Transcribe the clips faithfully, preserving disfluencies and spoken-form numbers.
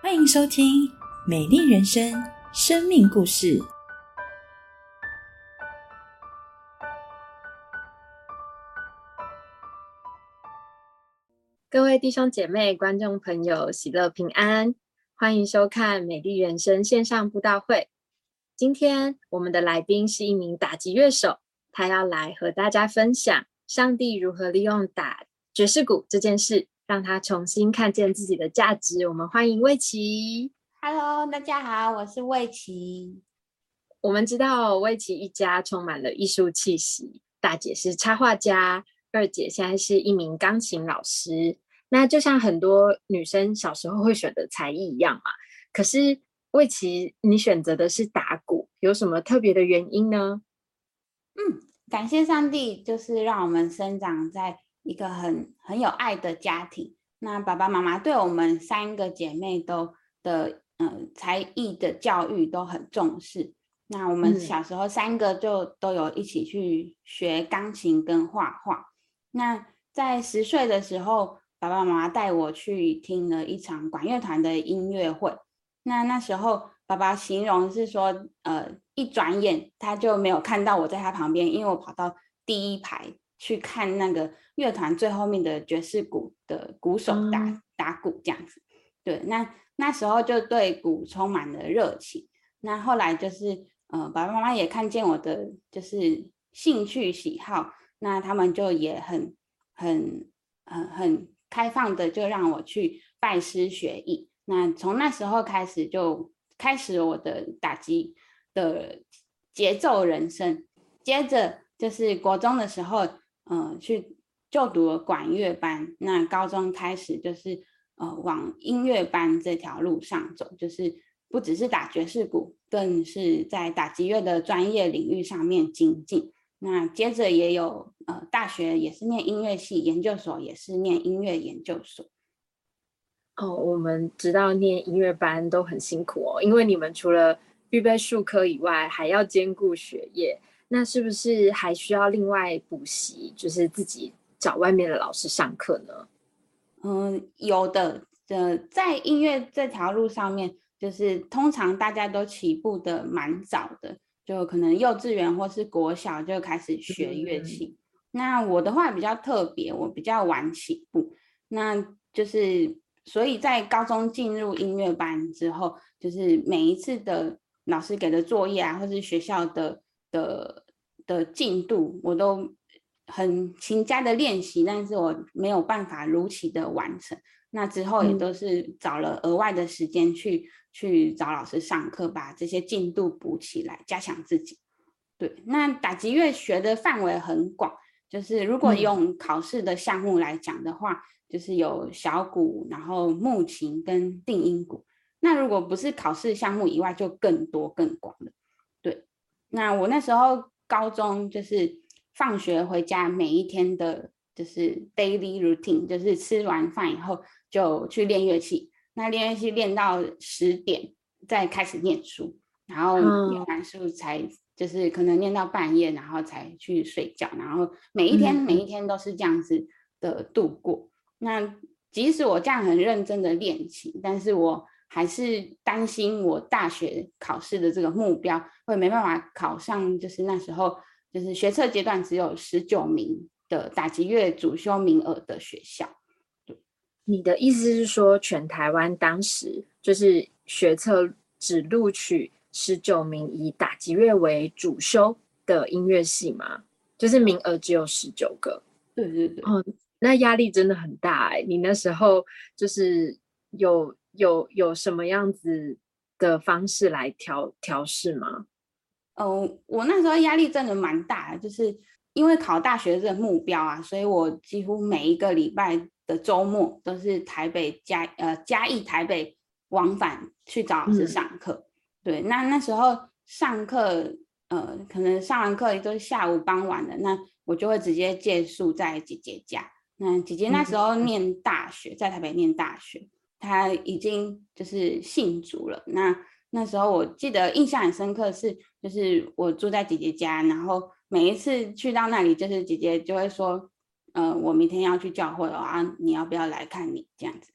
欢迎收听美丽人生生命故事。 各位弟兄姐妹、观众朋友，喜乐平安，欢迎收看美丽人生线上布道会。今天我们的来宾是一名打击乐手，他要来和大家分享上帝如何利用打爵士鼓这件事，让他重新看见自己的价值。我们欢迎魏琪。 Hello， 大家好，我是魏琪。 我们知道魏琪一家充满了艺术气息，大姐是插画家，二姐现在是一名钢琴老师。那就像很多女生小时候会选的才艺一样嘛，可是魏琪你选择的是打鼓，有什么特别的原因呢？ 嗯，感谢上帝，就是让我们生长在一个很很有爱的家庭。那爸爸妈妈对我们三个姐妹都的呃才艺的教育都很重视。那我们小时候三个就都有一起去学钢琴跟画画。那在十岁的时候，爸爸妈妈带我去听了一场管乐团的音乐会。那那时候爸爸形容是说，呃，一转眼他就没有看到我在他旁边，因为我跑到第一排去看那个乐团最后面的爵士鼓的鼓手打、嗯、打鼓这样子。对，那那时候就对鼓充满了热情。那后来就是呃，爸爸妈妈也看见我的就是兴趣喜好，那他们就也很很很很开放的就让我去拜师学艺。那从那时候开始就开始我的打击的节奏人生。接着就是国中的时候呃，去就读了管乐班。那高中开始就是呃，往音乐班这条路上走，就是不只是打爵士鼓，更是在打击乐的专业领域上面精进。那接着也有呃，大学也是念音乐系，研究所也是念音乐研究所。 哦，我们知道念音乐班都很辛苦哦，因为你们除了预备术科以外，还要兼顾学业。那是不是还需要另外补习，就是自己找外面的老师上课呢？ 嗯，有的。呃，在音乐这条路上面，就是通常大家都起步的蛮早的，就可能幼稚园或是国小就开始学乐器。嗯、那我的话比较特别，我比较晚起步。那就是所以在高中进入音乐班之后，就是每一次的老师给的作业啊，或是学校的的的进度，我都很勤加的练习，但是我没有办法如期的完成。那之后也都是找了额外的时间去、嗯、去找老师上课，把这些进度补起来，加强自己。对，那打击乐学的范围很广，就是如果用考试的项目来讲的话、嗯、就是有小鼓，然后木琴跟定音鼓。那如果不是考试项目以外，就更多更广了。对，那我那时候高中就是放学回家，每一天的就是 daily routine， 就是吃完饭以后就去练乐器。那练乐器练到十点再开始念书，然后念完书才就是可能念到半夜，然后才去睡觉。然后每一天、嗯、每一天都是这样子的度过。那即使我这样很认真的练琴，但是我还是担心我大学考试的这个目标会没办法考上，就是那时候就是学测阶段只有十九名的打击乐主修名额的学校。 你的意思是说，全台湾当时就是学测只录取十九名以打击乐为主修的音乐系吗？就是名额只有十九个。 对对对。 哦，那压力真的很大哎、欸。你那时候就是有有有什么样子的方式来调调试吗？ 呃，我那时候压力真的蛮大的，就是因为考大学这个目标啊，所以我几乎每一个礼拜的周末都是台北嘉呃嘉义台北往返去找老师上课。嗯、对，那那时候上课呃可能上完课都是下午傍晚的，那我就会直接借宿在姐姐家。那姐姐那时候念大学，嗯、在台北念大学，她已经就是信主了。那那时候我记得印象很深刻是，就是我住在姐姐家，然后每一次去到那里，就是姐姐就会说，呃，我明天要去教会了啊，你要不要来看你这样子？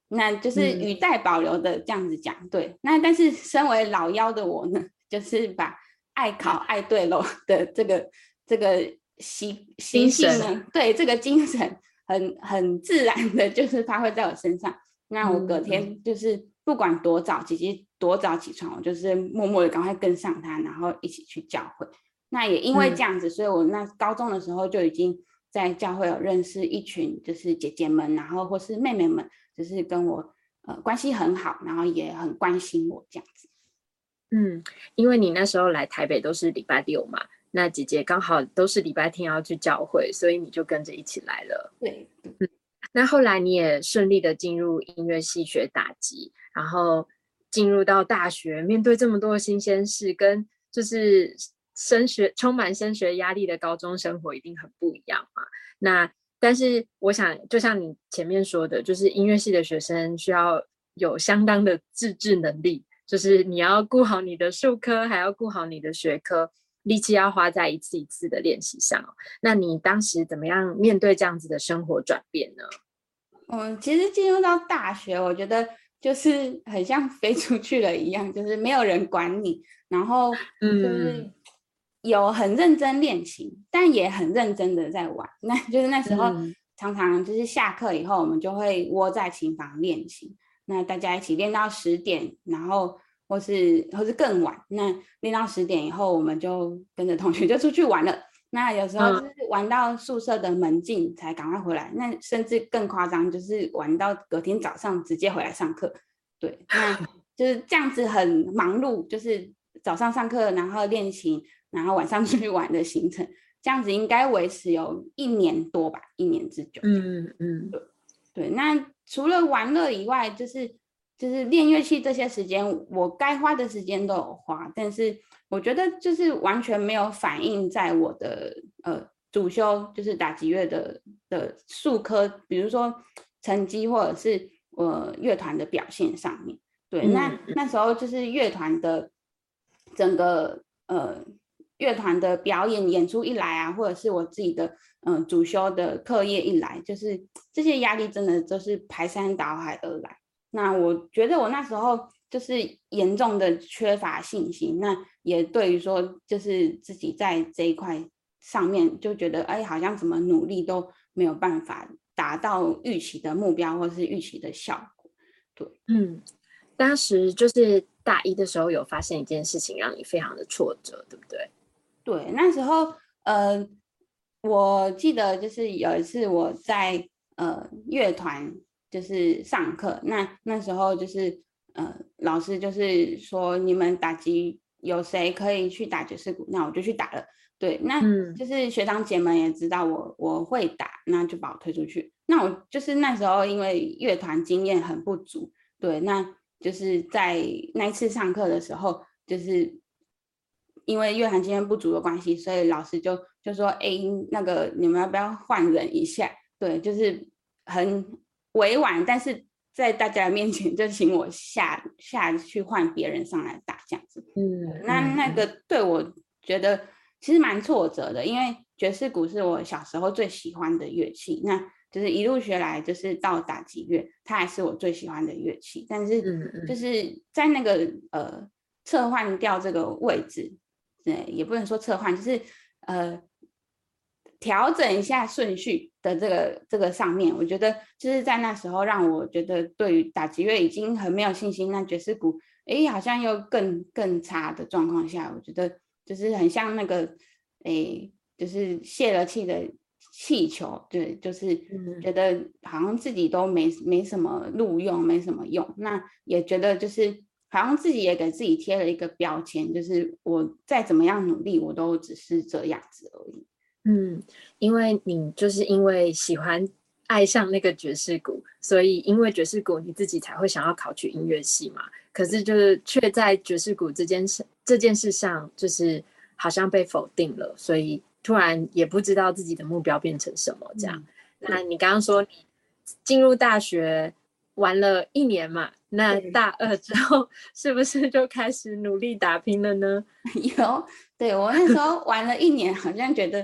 那就是语带保留的这样子讲，对。那但是身为老幺的我呢，就是把爱考爱对喽的这个这个习习性呢，对，这个精神很很自然的就是发挥在我身上。那我隔天就是不管多早，姐姐多早起床，我就是默默的赶快跟上她，然后一起去教会。那也因为这样子，嗯、所以我那高中的时候就已经在教会有认识一群就是姐姐们，然后或是妹妹们，就是跟我呃关系很好，然后也很关心我这样子。 嗯，因为你那时候来台北都是礼拜六嘛，那姐姐刚好都是礼拜天要去教会，所以你就跟着一起来了。 对， 嗯，那后来你也顺利的进入音乐系学打击，然后进入到大学，面对这么多的新鲜事，跟就是升学充满升学压力的高中生活一定很不一样嘛。那但是我想，就像你前面说的，就是音乐系的学生需要有相当的自制能力，就是你要顾好你的术科，还要顾好你的学科，力气要花在一次一次的练习上。那你当时怎么样面对这样子的生活转变呢？ 嗯，其实进入到大学，我觉得就是很像飞出去了一样，就是没有人管你，然后就是有很认真练琴，嗯、但也很认真的在玩。那就是那时候常常就是下课以后，我们就会窝在琴房练琴。那大家一起练到十点，然后或是或是更晚。那练到十点以后，我们就跟着同学就出去玩了。那有时候就是玩到宿舍的门禁才赶快回来。嗯、那甚至更夸张，就是玩到隔天早上直接回来上课。对，那就是这样子很忙碌，就是早上上课，然后练琴，然后晚上出去玩的行程。这样子应该维持有一年多吧，一年之久。 嗯嗯， 对对。那除了玩乐以外，就是就是练乐器这些时间，我该花的时间都有花，但是我觉得就是完全没有反映在我的呃主修就是打击乐的的术科，比如说成绩或者是呃乐团的表现上面。对，嗯、那那时候就是乐团的整个呃。乐团的表演演出一来啊，或者是我自己的嗯、呃、主修的课业一来，就是这些压力真的就是排山倒海而来。那我觉得我那时候就是严重的缺乏信心，那也对于说就是自己在这一块上面就觉得哎，好像怎么努力都没有办法达到预期的目标或是预期的效果。对， 嗯，当时就是大一的时候有发生一件事情让你非常的挫折，对不对？ 对，那时候呃，我记得就是有一次我在呃乐团就是上课，那那时候就是呃老师就是说你们打击有谁可以去打爵士鼓，那我就去打了。对，那就是学长姐们也知道我我会打，那就把我推出去。那我就是那时候因为乐团经验很不足，对，那就是在那一次上课的时候，就是因为乐团经验不足的关系，所以老师就就说：“哎，那个你们要不要换人一下？”对，就是很委婉，但是在大家的面前就请我下下去换别人上来打这样子。嗯，那那个对我觉得其实蛮挫折的，因为爵士鼓是我小时候最喜欢的乐器，那就是一路学来，就是到打击乐，它还是我最喜欢的乐器。但是就是在那个呃撤换掉这个位置。对，也不能说撤换，就是呃调整一下顺序的这个这个上面，我觉得就是在那时候让我觉得对于打击乐已经很没有信心，那爵士鼓哎好像又更更差的状况下，我觉得就是很像那个哎就是泄了气的气球，对，就是觉得好像自己都没没什么路用，没什么用，那也觉得就是好像自己也给自己贴了一个标签，就是我再怎么样努力，我都只是这样子而已。 嗯，因为你就是因为喜欢爱上那个爵士鼓，所以因为爵士鼓你自己才会想要考取音乐系嘛。可是就是却在爵士鼓这件事这件事上，就是好像被否定了，所以突然也不知道自己的目标变成什么这样。嗯、那你刚刚说你进入大学玩了一年嘛，那大二之后是不是就开始努力打拼了呢？ 有，对，我那时候玩了一年，好像觉得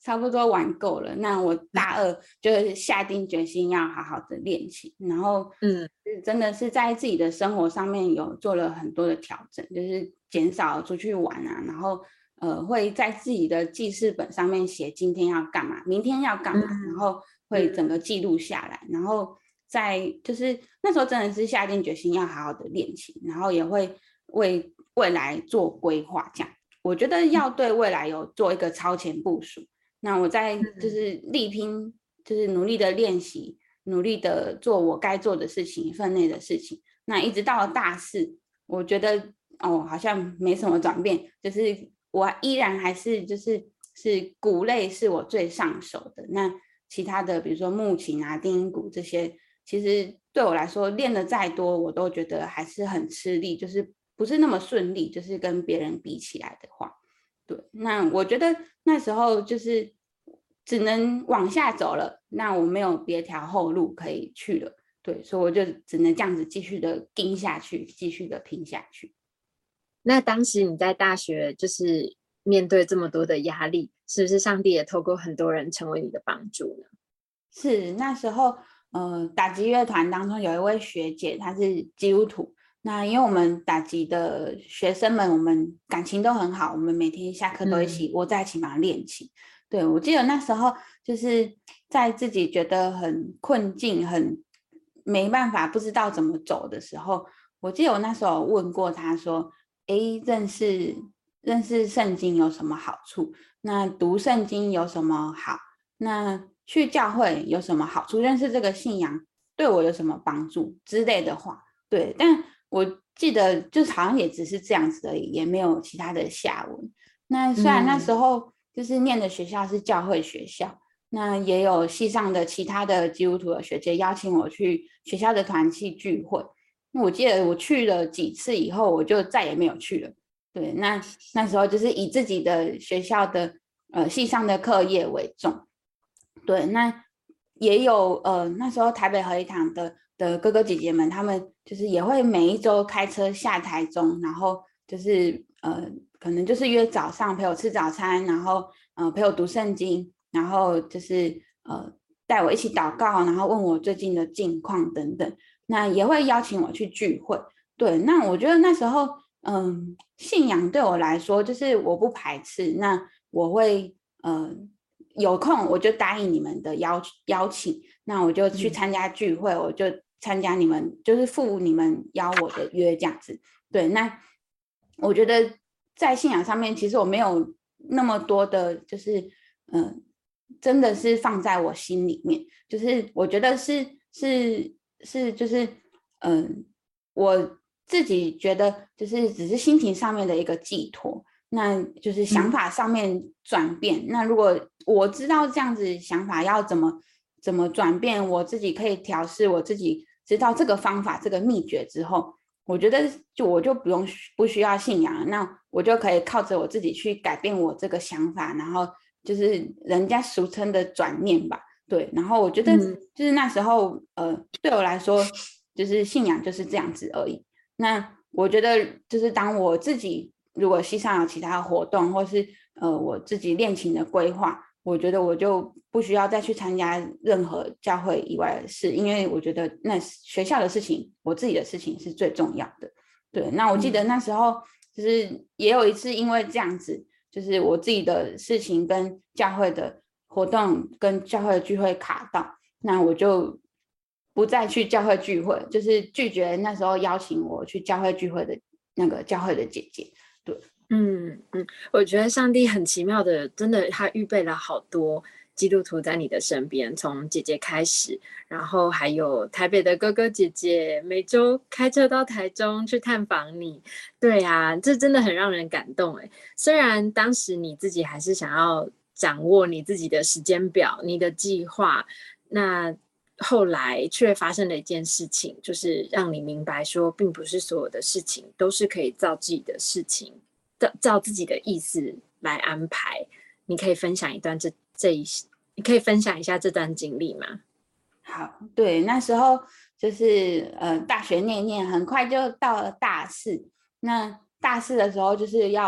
差不多玩够了。那我大二就是下定决心要好好的练琴，然后嗯，真的是在自己的生活上面有做了很多的调整，就是减少出去玩啊，然后呃会在自己的记事本上面写今天要干嘛，明天要干嘛，嗯、然后会整个记录下来，然后在就是那时候真的是下定决心要好好的练琴，然后也会为未来做规划，这样我觉得要对未来有做一个超前部署。那我在就是力拼，就是努力的练习，努力的做我该做的事情，分内的事情。那一直到了大四，我觉得哦好像没什么转变，就是我依然还是就是是鼓类是我最上手的。那其他的比如说木琴啊、定音鼓这些，其实对我来说练的再多，我都觉得还是很吃力，就是不是那么顺利，就是跟别人比起来的话。对，那我觉得那时候就是只能往下走了，那我没有别条后路可以去了，对，所以我就只能这样子继续的拼下去，继续的拼下去。 那当时你在大学就是面对这么多的压力，是不是上帝也透过很多人成为你的帮助呢？ 是，那时候呃，打击乐团当中有一位学姐，她是基督徒。那因为我们打击的学生们，我们感情都很好，我们每天下课都一起窝在一起忙练琴。嗯、对，我记得那时候就是在自己觉得很困境、很没办法、不知道怎么走的时候，我记得我那时候问过他说：“诶，认识认识圣经有什么好处？那读圣经有什么好？那去教会有什么好处？认识这个信仰对我有什么帮助之类的话。”对，但我记得就是好像也只是这样子而已，也没有其他的下文。那虽然那时候就是念的学校是教会学校，嗯、那也有系上的其他的基督徒的学姐邀请我去学校的团契聚会。我记得我去了几次以后，我就再也没有去了。对，那那时候就是以自己的学校的呃系上的课业为重。对，那也有呃那时候台北合一堂的。的哥哥姐姐们，他们就是也会每一周开车下台中，然后就是呃，可能就是约早上陪我吃早餐，然后呃陪我读圣经，然后就是呃带我一起祷告，然后问我最近的近况等等。那也会邀请我去聚会。对，那我觉得那时候嗯，信仰对我来说就是我不排斥，那我会呃有空我就答应你们的邀邀请，那我就去参加聚会，嗯、我就参加你们就是赴你们邀我的约这样子。对，那我觉得在信仰上面，其实我没有那么多的，就是嗯、呃，真的是放在我心里面，就是我觉得是是是就是嗯、呃，我自己觉得就是只是心情上面的一个寄托。那就是想法上面转变、嗯、那如果我知道这样子想法要怎么怎么转变，我自己可以调试，我自己知道这个方法这个秘诀之后，我觉得就我就不用不需要信仰了，那我就可以靠着我自己去改变我这个想法，然后就是人家俗称的转念吧。对，然后我觉得就是那时候、嗯、呃，对我来说就是信仰就是这样子而已。那我觉得就是当我自己如果系上有其他活动，或是呃我自己练琴的规划，我觉得我就不需要再去参加任何教会以外的事，因为我觉得那学校的事情，我自己的事情是最重要的。对，那我记得那时候就是也有一次因为这样子，就是我自己的事情跟教会的活动跟教会的聚会卡到，那我就不再去教会聚会，就是拒绝那时候邀请我去教会聚会的那个教会的姐姐。对， 嗯嗯，我觉得上帝很奇妙的，真的他预备了好多基督徒在你的身边，从姐姐开始，然后还有台北的哥哥姐姐，每周开车到台中去探访你。对啊，这真的很让人感动哎。虽然当时你自己还是想要掌握你自己的时间表、你的计划，那后来却发生了一件事情，就是让你明白说，并不是所有的事情都是可以照自己的事情。照自己的意思来安排。你可以分享一段这这一你可以分享一下这段经历吗？ 好，对，那时候就是呃大学念念，很快就到了大四。那大四的时候就是要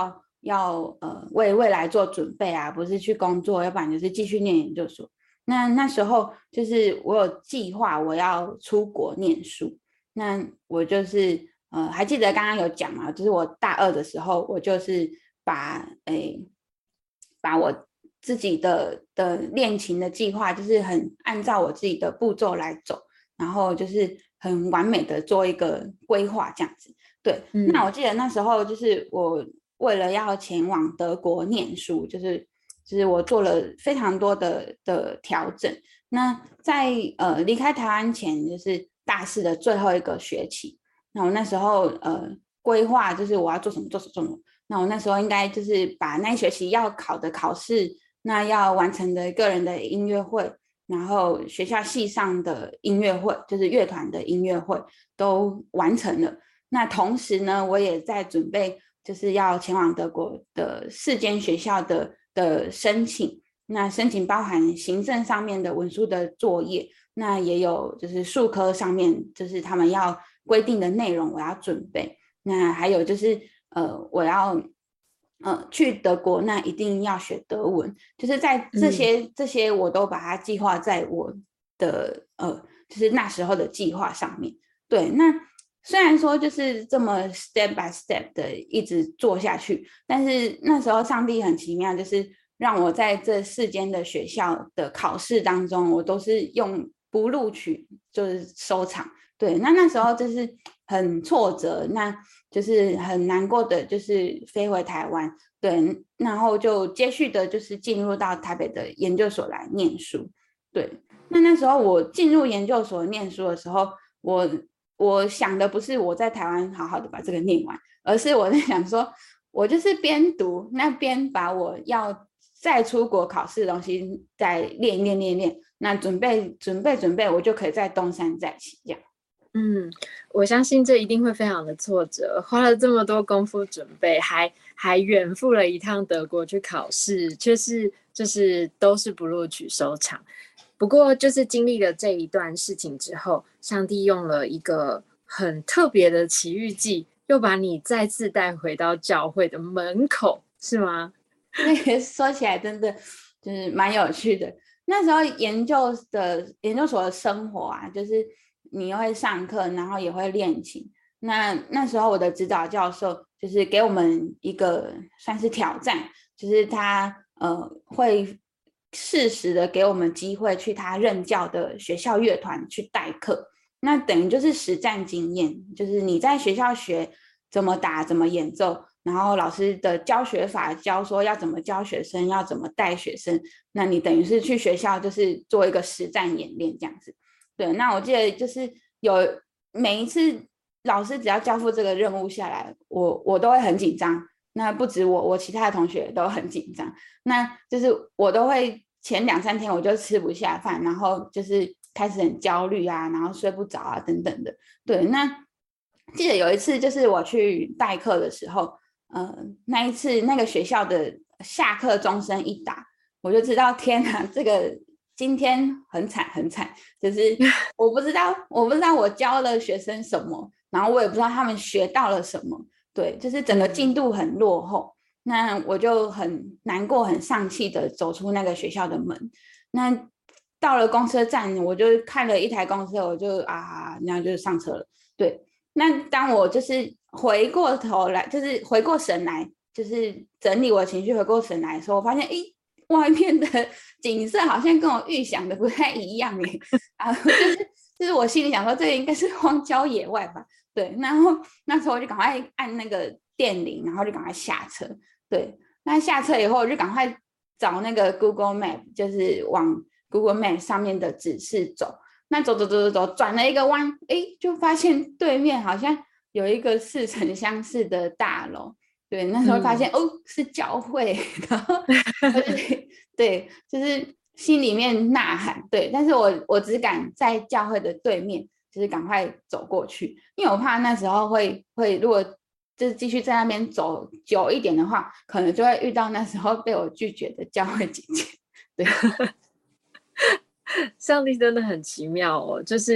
要呃为未来做准备啊，不是去工作，要不然就是继续念研究所。那那时候就是我有计划我要出国念书，那我就是呃还记得刚刚有讲嘛，就是我大二的时候，我就是把诶把我自己的的练琴的计划，就是很按照我自己的步骤来走，然后就是很完美的做一个规划这样子。对，嗯、那我记得那时候就是我为了要前往德国念书，就是就是我做了非常多的的调整。那在呃离开台湾前，就是大四的最后一个学期，那我那时候呃规划就是我要做什么做什么做什么。那我那时候应该就是把那一学期要考的考试，那要完成的个人的音乐会，然后学校系上的音乐会，就是乐团的音乐会都完成了。那同时呢，我也在准备就是要前往德国的四间学校的的申请。那申请包含行政上面的文书的作业，那也有就是术科上面就是他们要规定的内容我要准备。那还有就是呃我要呃去德国，那一定要学德文，就是在这些、嗯、这些我都把它计划在我的呃就是那时候的计划上面。对，那虽然说就是这么 step by step 的一直做下去，但是那时候上帝很奇妙，就是让我在这四间的学校的考试当中，我都是用不录取就是收场。对，那那时候就是很挫折，那就是很难过的，就是飞回台湾。对，然后就接续的就是进入到台北的研究所来念书。对，那那时候我进入研究所念书的时候，我我想的不是我在台湾好好的把这个念完，而是我在想说，我就是边读那边把我要再出国考试的东西再练练练练，那准备准备准备，我就可以再东山再起这样。 嗯，我相信这一定会非常的挫折，花了这么多功夫准备，还还远赴了一趟德国去考试，却是就是都是不录取收场。不过就是经历了这一段事情之后，上帝用了一个很特别的奇遇记，又把你再次带回到教会的门口，是吗？ 那个说起来真的就是蛮有趣的。那时候研究的研究所的生活啊，就是你会上课，然后也会练琴。那那时候我的指导教授就是给我们一个算是挑战，就是他呃会适时的给我们机会去他任教的学校乐团去代课。那等于就是实战经验，就是你在学校学怎么打怎么演奏，然后老师的教学法教说要怎么教学生，要怎么带学生，那你等于是去学校就是做一个实战演练这样子。对，那我记得就是有每一次老师只要交付这个任务下来，我我都会很紧张。那不止我，我其他的同学都很紧张。那就是我都会前两三天我就吃不下饭，然后就是开始很焦虑啊，然后睡不着啊等等的。对，那记得有一次就是我去代课的时候，呃，那一次那个学校的下课钟声一打，我就知道天哪，这个今天很惨很惨，就是我不知道我不知道我教了学生什么，然后我也不知道他们学到了什么。对，就是整个进度很落后。那我就很难过很丧气的走出那个学校的门。那到了公车站，我就看了一台公车，我就啊那样就上车了。对，那当我就是回过头来，就是回过神来，就是整理我的情绪回过神来的时候，我发现诶外面的景色好像跟我预想的不太一样耶。然后就是就是我心里想说这个应该是荒郊野外吧。对，然后那时候我就赶快按那个电铃，然后就赶快下车。对，那下车以后我就赶快找那个 Google Map， 就是往 Google Map 上面的指示走。那走走走走走，转了一个弯，哎，就发现对面好像有一个似曾相识的大楼。对，那时候发现、嗯、哦是教会，然后对，就是心里面呐喊。对，但是我我只敢在教会的对面。就是赶快走过去，因为我怕那时候会会如果就是继续在那边走久一点的话，可能就会遇到那时候被我拒绝的教会姐姐。对， 上帝真的很奇妙哦，就是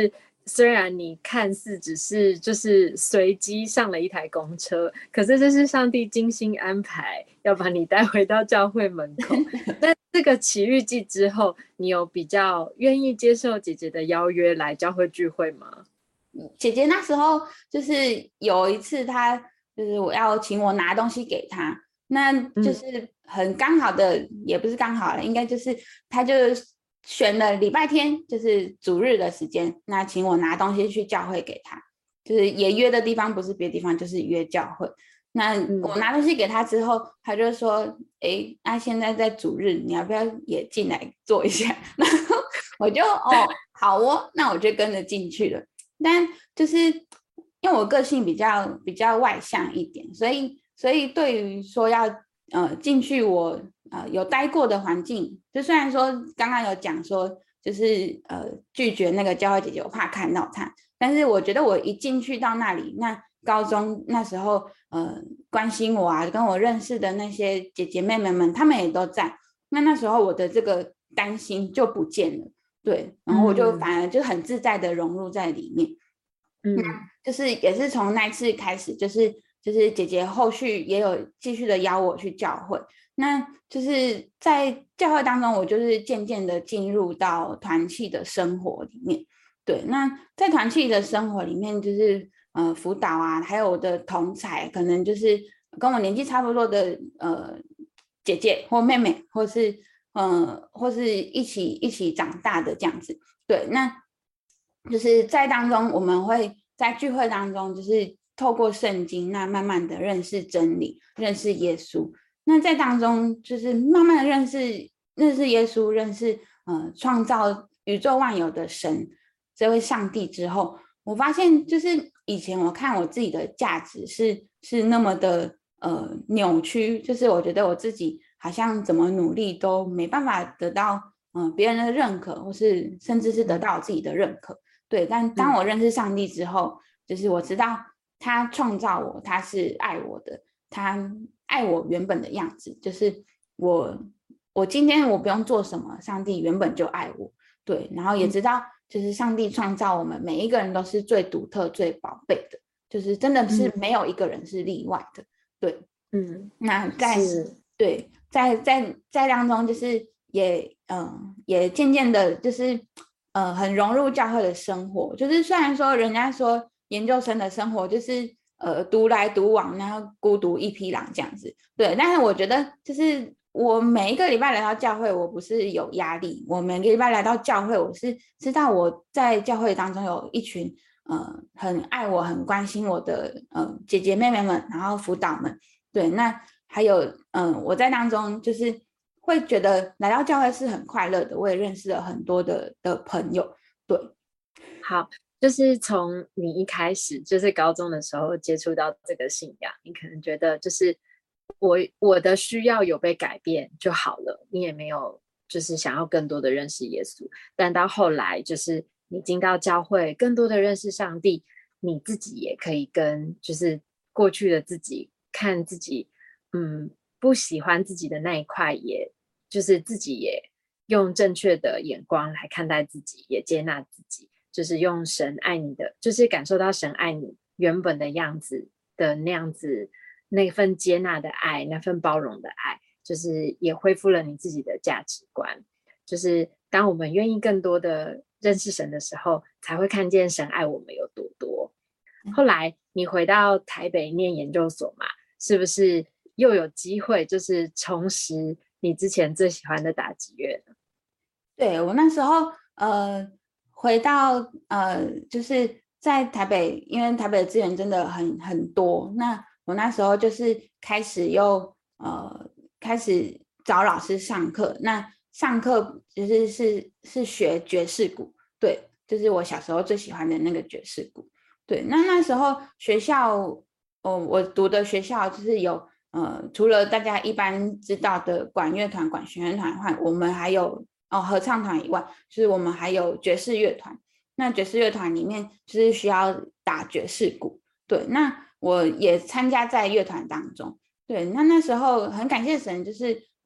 虽然你看似只是就是随机上了一台公车，可是这是上帝精心安排要把你带回到教会门口。那这个奇遇记之后，你有比较愿意接受姐姐的邀约来教会聚会吗？ 姐姐那时候就是有一次，她就是我要请我拿东西给她，那就是很刚好的，嗯、也不是刚好了，应该就是她就选了礼拜天，就是主日的时间，那请我拿东西去教会给她，就是也约的地方不是别的地方，就是约教会。那我拿东西给她之后，她就说：“哎，那现在在主日，你要不要也进来坐一下？”然后我就哦，好哦，那我就跟着进去了。但就是因为我个性比较比较外向一点，所以所以对于说要呃进去我呃有待过的环境，就虽然说刚刚有讲说就是呃拒绝那个教会姐姐，我怕看到她，但是我觉得我一进去到那里，那高中那时候呃关心我啊，跟我认识的那些姐姐妹妹们，她们也都在，那那时候我的这个担心就不见了。对，然后我就反而就很自在的融入在里面，嗯，那就是也是从那次开始，就是就是姐姐后续也有继续的邀我去教会，那就是在教会当中，我就是渐渐的进入到团契的生活里面。对，那在团契的生活里面，就是呃辅导啊，还有我的同侪，可能就是跟我年纪差不多的呃姐姐或妹妹，或是。呃，或是一起一起长大的这样子，对，那就是在当中，我们会在聚会当中，就是透过圣经，那慢慢的认识真理，认识耶稣。那在当中，就是慢慢的认识认识耶稣，认识呃创造宇宙万有的神这位上帝之后，我发现就是以前我看我自己的价值是是那么的呃扭曲，就是我觉得我自己。好像怎么努力都没办法得到嗯、呃、别人的认可，或是甚至是得到我自己的认可。对，但当我认识上帝之后，嗯、就是我知道他创造我，他是爱我的，他爱我原本的样子，就是我我今天我不用做什么，上帝原本就爱我。对，然后也知道就是上帝创造我们每一个人都是最独特、最宝贝的，就是真的是没有一个人是例外的。对，嗯，那在对。在在在当中，就是也嗯、呃、也渐渐的，就是呃很融入教会的生活。就是虽然说人家说研究生的生活就是呃独来独往，然后孤独一匹狼这样子，对。但是我觉得，就是我每一个礼拜来到教会，我不是有压力。我每个礼拜来到教会，我是知道我在教会当中有一群呃很爱我、很关心我的呃姐姐妹妹们，然后辅导们，对。那还有，嗯，我在当中就是会觉得来到教会是很快乐的，我也认识了很多的的朋友。对， 好，就是从你一开始就是高中的时候接触到这个信仰，你可能觉得就是我我的需要有被改变就好了，你也没有就是想要更多的认识耶稣。但到后来，就是你进到教会，更多的认识上帝，你自己也可以跟就是过去的自己看自己。嗯，不喜欢自己的那一块，也就是自己也用正确的眼光来看待自己，也接纳自己，就是用神爱你的，就是感受到神爱你原本的样子的那样子，那份接纳的爱，那份包容的爱，就是也恢复了你自己的价值观。就是当我们愿意更多的认识神的时候，才会看见神爱我们有多多。后来你回到台北念研究所嘛，是不是又有机会就是重拾你之前最喜欢的打击乐呢？ 对，我那时候呃回到呃就是在台北，因为台北的资源真的很很多，那我那时候就是开始又呃开始找老师上课，那上课就是是是学爵士鼓，对，就是我小时候最喜欢的那个爵士鼓。对，那那时候学校哦，我读的学校就是有呃，除了大家一般知道的管乐团、管弦乐团外，我们还有哦合唱团以外，就是我们还有爵士乐团。那爵士乐团里面就是需要打爵士鼓，对。那我也参加在乐团当中，对。那那时候很感谢神，就是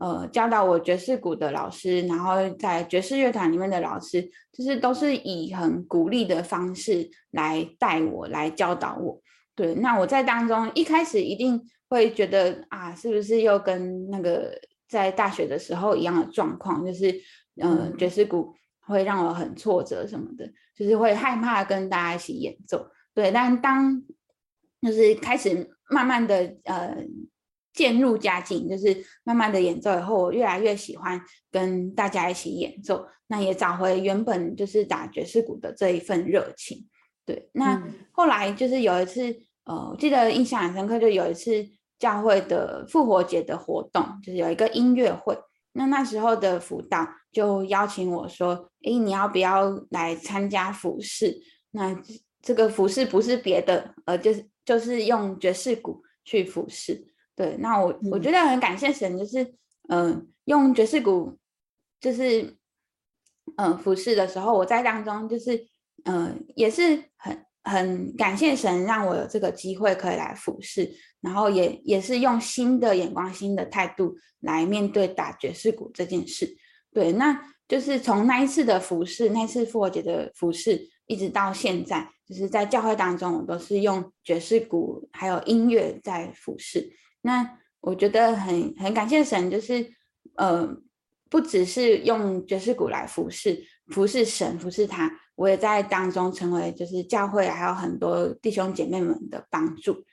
呃教导我爵士鼓的老师，然后在爵士乐团里面的老师，就是都是以很鼓励的方式来带我，来教导我。对，那我在当中一开始一定会觉得啊，是不是又跟那个在大学的时候一样的状况，就是呃爵士鼓会让我很挫折什么的，就是会害怕跟大家一起演奏。对，但当就是开始慢慢的呃渐入佳境，就是慢慢的演奏以后，我越来越喜欢跟大家一起演奏，那也找回原本就是打爵士鼓的这一份热情。对，那后来就是有一次，呃，我记得印象很深刻，就有一次教会的复活节的活动，就是有一个音乐会。那那时候的辅导就邀请我说：“哎，你要不要来参加服事？那这个服事不是别的，呃，就是就是用爵士鼓去服事。”对，那我我觉得很感谢神，就是嗯、呃，用爵士鼓，就是嗯、呃、服事的时候，我在当中就是。嗯、呃，也是很很感谢神让我有这个机会可以来服侍，然后也也是用新的眼光、新的态度来面对打爵士鼓这件事。对，那就是从那一次的服侍，那一次复活节的服侍，一直到现在，就是在教会当中，我都是用爵士鼓还有音乐在服侍。那我觉得很很感谢神，就是呃，不只是用爵士鼓来服侍，服侍神，服侍他。我也在当中成为就是教会还有很多弟兄姐妹们的帮助。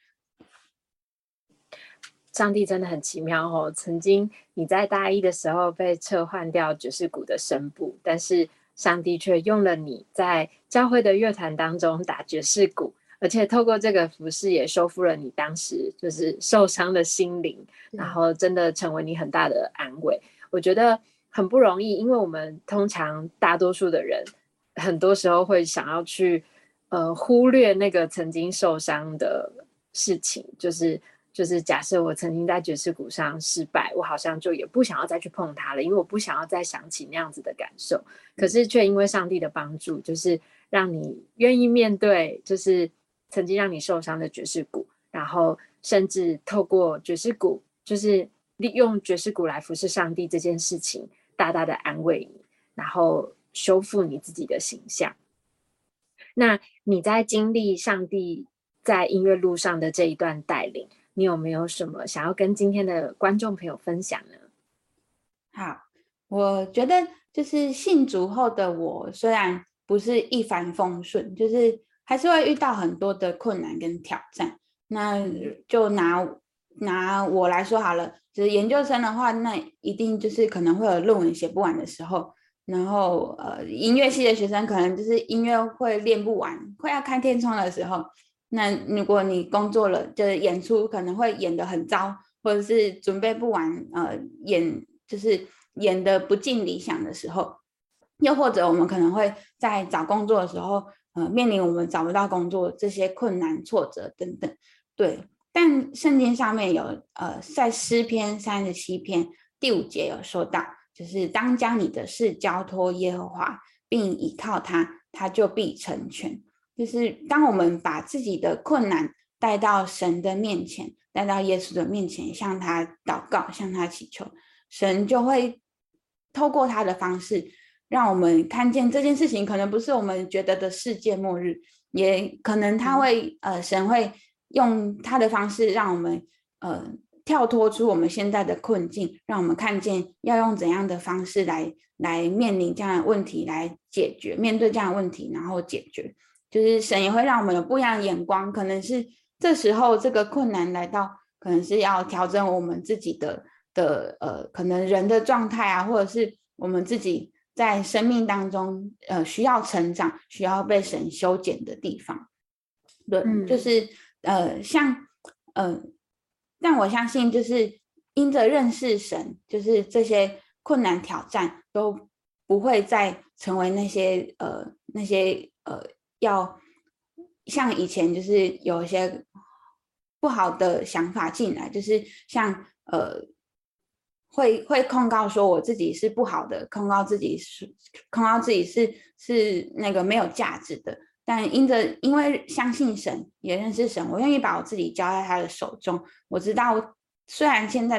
上帝真的很奇妙哦！曾经你在大一的时候被撤换掉爵士鼓的声部，但是上帝却用了你在教会的乐团当中打爵士鼓，而且透过这个服事也修复了你当时就是受伤的心灵，然后真的成为你很大的安慰。我觉得很不容易，因为我们通常大多数的人很多时候会想要去呃忽略那个曾经受伤的事情，就是就是假设我曾经在爵士鼓上失败，我好像就也不想要再去碰它了，因为我不想要再想起那样子的感受。可是却因为上帝的帮助，就是让你愿意面对就是曾经让你受伤的爵士鼓，然后甚至透过爵士鼓，就是利用爵士鼓来服侍上帝这件事情，大大的安慰你，然后修复你自己的形象。那你在经历上帝在音乐路上的这一段带领，你有没有什么想要跟今天的观众朋友分享呢？ 好，我觉得就是信主后的我，虽然不是一帆风顺，就是还是会遇到很多的困难跟挑战。那就拿拿我来说好了，就是研究生的话，那一定就是可能会有论文写不完的时候。然后呃，音乐系的学生可能就是音乐会练不完，快要看天窗的时候，那如果你工作了，就是演出可能会演得很糟，或者是准备不完，呃，演就是演得不尽理想的时候，又或者我们可能会在找工作的时候，呃，面临我们找不到工作这些困难、挫折等等。对，但圣经上面有呃，在诗篇三十七篇第五节有说到。就是当将你的事交托耶和华，并倚靠他，他就必成全。就是当我们把自己的困难带到神的面前，带到耶稣的面前，向他祷告，向他祈求，神就会透过他的方式，让我们看见这件事情可能不是我们觉得的世界末日，也可能他会呃，神会用他的方式让我们呃。跳脱出我们现在的困境，让我们看见要用怎样的方式来来面临这样的问题，来解决面对这样的问题，然后解决。就是神也会让我们有不一样的眼光，可能是这时候这个困难来到，可能是要调整我们自己的的呃，可能人的状态啊，或者是我们自己在生命当中呃需要成长，需要被神修剪的地方。对，嗯、就是呃像呃。但我相信，就是因着认识神，就是这些困难挑战都不会再成为那些呃那些呃要像以前就是有一些不好的想法进来，就是像呃会会控告说我自己是不好的，控告自己是控告自己是是那个没有价值的。但因着因为相信神，也认识神，我愿意把我自己交在他的手中。我知道，虽然现在的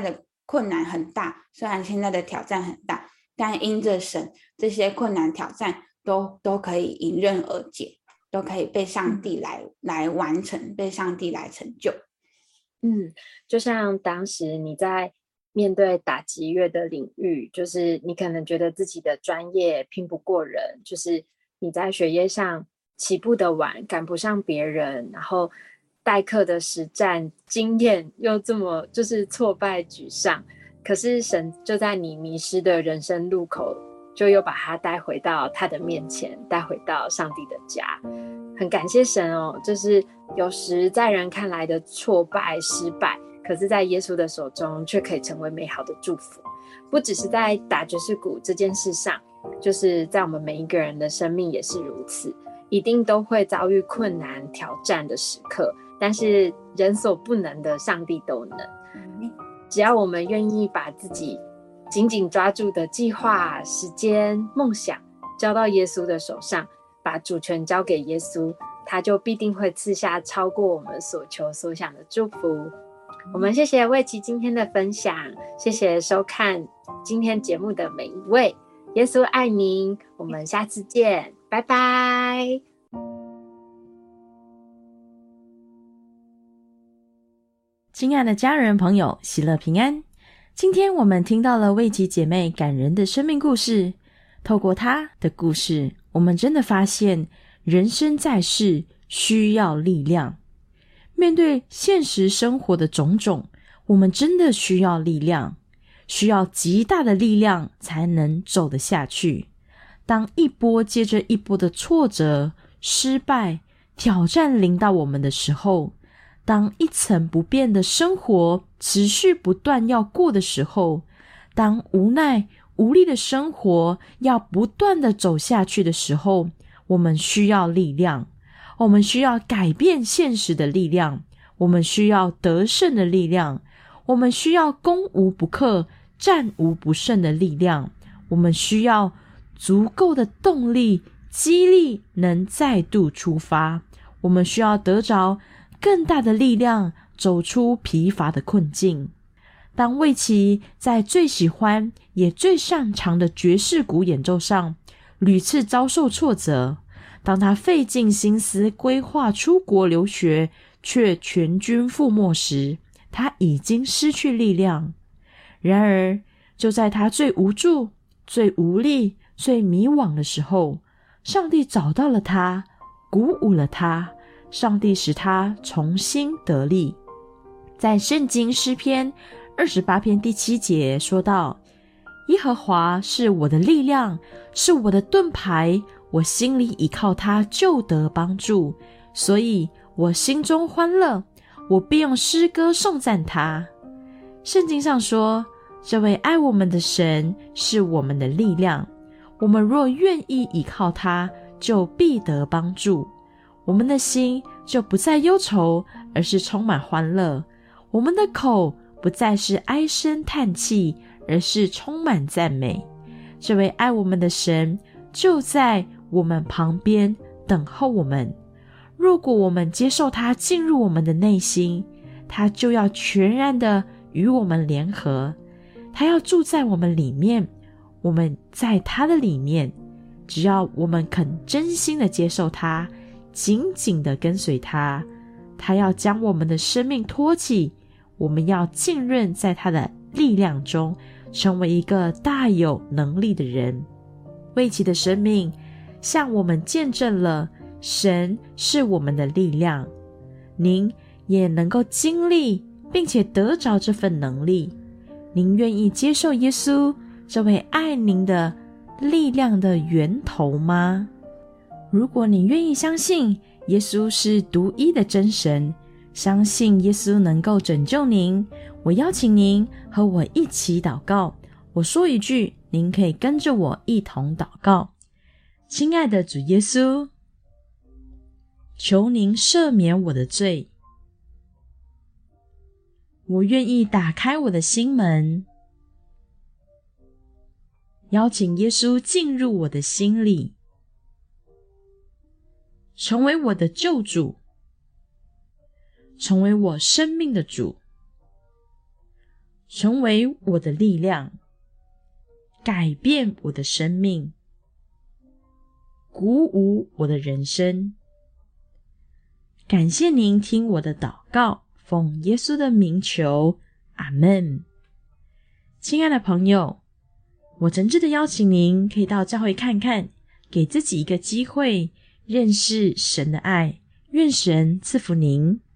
困难很大，虽然现在的挑战很大，但因着神，这些困难挑战都都可以迎刃而解，都可以被上帝来、嗯、来完成，被上帝来成就。 嗯，就像当时你在面对打击乐的领域，就是你可能觉得自己的专业拼不过人，就是你在学业上起步的晚，赶不上别人，然后代课的实战经验又这么就是挫败沮丧，可是神就在你迷失的人生路口，就又把他带回到他的面前，带回到上帝的家。很感谢神哦，就是有时在人看来的挫败失败，可是在耶稣的手中却可以成为美好的祝福。不只是在打爵士鼓这件事上，就是在我们每一个人的生命也是如此，一定都会遭遇困难挑战的时刻，但是人所不能的上帝都能。只要我们愿意把自己紧紧抓住的计划、时间、梦想交到耶稣的手上，把主权交给耶稣，他就必定会赐下超过我们所求所想的祝福。我们谢谢魏琪今天的分享，谢谢收看今天节目的每一位，耶稣爱您，我们下次见，拜拜。 亲爱的家人朋友，喜乐平安。今天我们听到了魏琪姐妹感人的生命故事，透过她的故事，我们真的发现人生在世需要力量。面对现实生活的种种，我们真的需要力量，需要极大的力量才能走得下去。当一波接着一波的挫折、失败、挑战临到我们的时候，当一成不变的生活持续不断要过的时候，当无奈无力的生活要不断的走下去的时候，我们需要力量，我们需要改变现实的力量，我们需要得胜的力量，我们需要攻无不克、战无不胜的力量，我们需要足够的动力，激励能再度出发，我们需要得着更大的力量，走出疲乏的困境。当魏琪在最喜欢也最擅长的爵士鼓演奏上屡次遭受挫折，当他费尽心思规划出国留学却全军覆没时，他已经失去力量。然而就在他最无助、最无力、最迷惘的时候，上帝找到了他，鼓舞了他，上帝使他重新得力。在圣经诗篇二十八篇第七节说道，耶和华是我的力量，是我的盾牌，我心里倚靠他就得帮助，所以我心中欢乐，我必用诗歌颂赞他。圣经上说，这位爱我们的神是我们的力量，我们若愿意倚靠他，就必得帮助，我们的心就不再忧愁，而是充满欢乐，我们的口不再是唉声叹气，而是充满赞美。这位爱我们的神就在我们旁边等候我们，如果我们接受他进入我们的内心，他就要全然的与我们联合，他要住在我们里面，我们在他的里面。只要我们肯真心的接受他，紧紧的跟随他，他要将我们的生命托起，我们要浸润在他的力量中，成为一个大有能力的人。魏琪的生命向我们见证了神是我们的力量，您也能够经历并且得着这份能力。您愿意接受耶稣这位爱您的力量的源头吗？如果你愿意相信耶稣是独一的真神，相信耶稣能够拯救您，我邀请您和我一起祷告。我说一句，您可以跟着我一同祷告。亲爱的主耶稣，求您赦免我的罪，我愿意打开我的心门，邀请耶稣进入我的心里，成为我的救主，成为我生命的主。 成为我的力量，改变我的生命，鼓舞我的人生。感谢您听我的祷告，奉耶稣的名求，阿们。亲爱的朋友，我诚挚的邀请您可以到教会看看，给自己一个机会认识神的爱，愿神赐福您。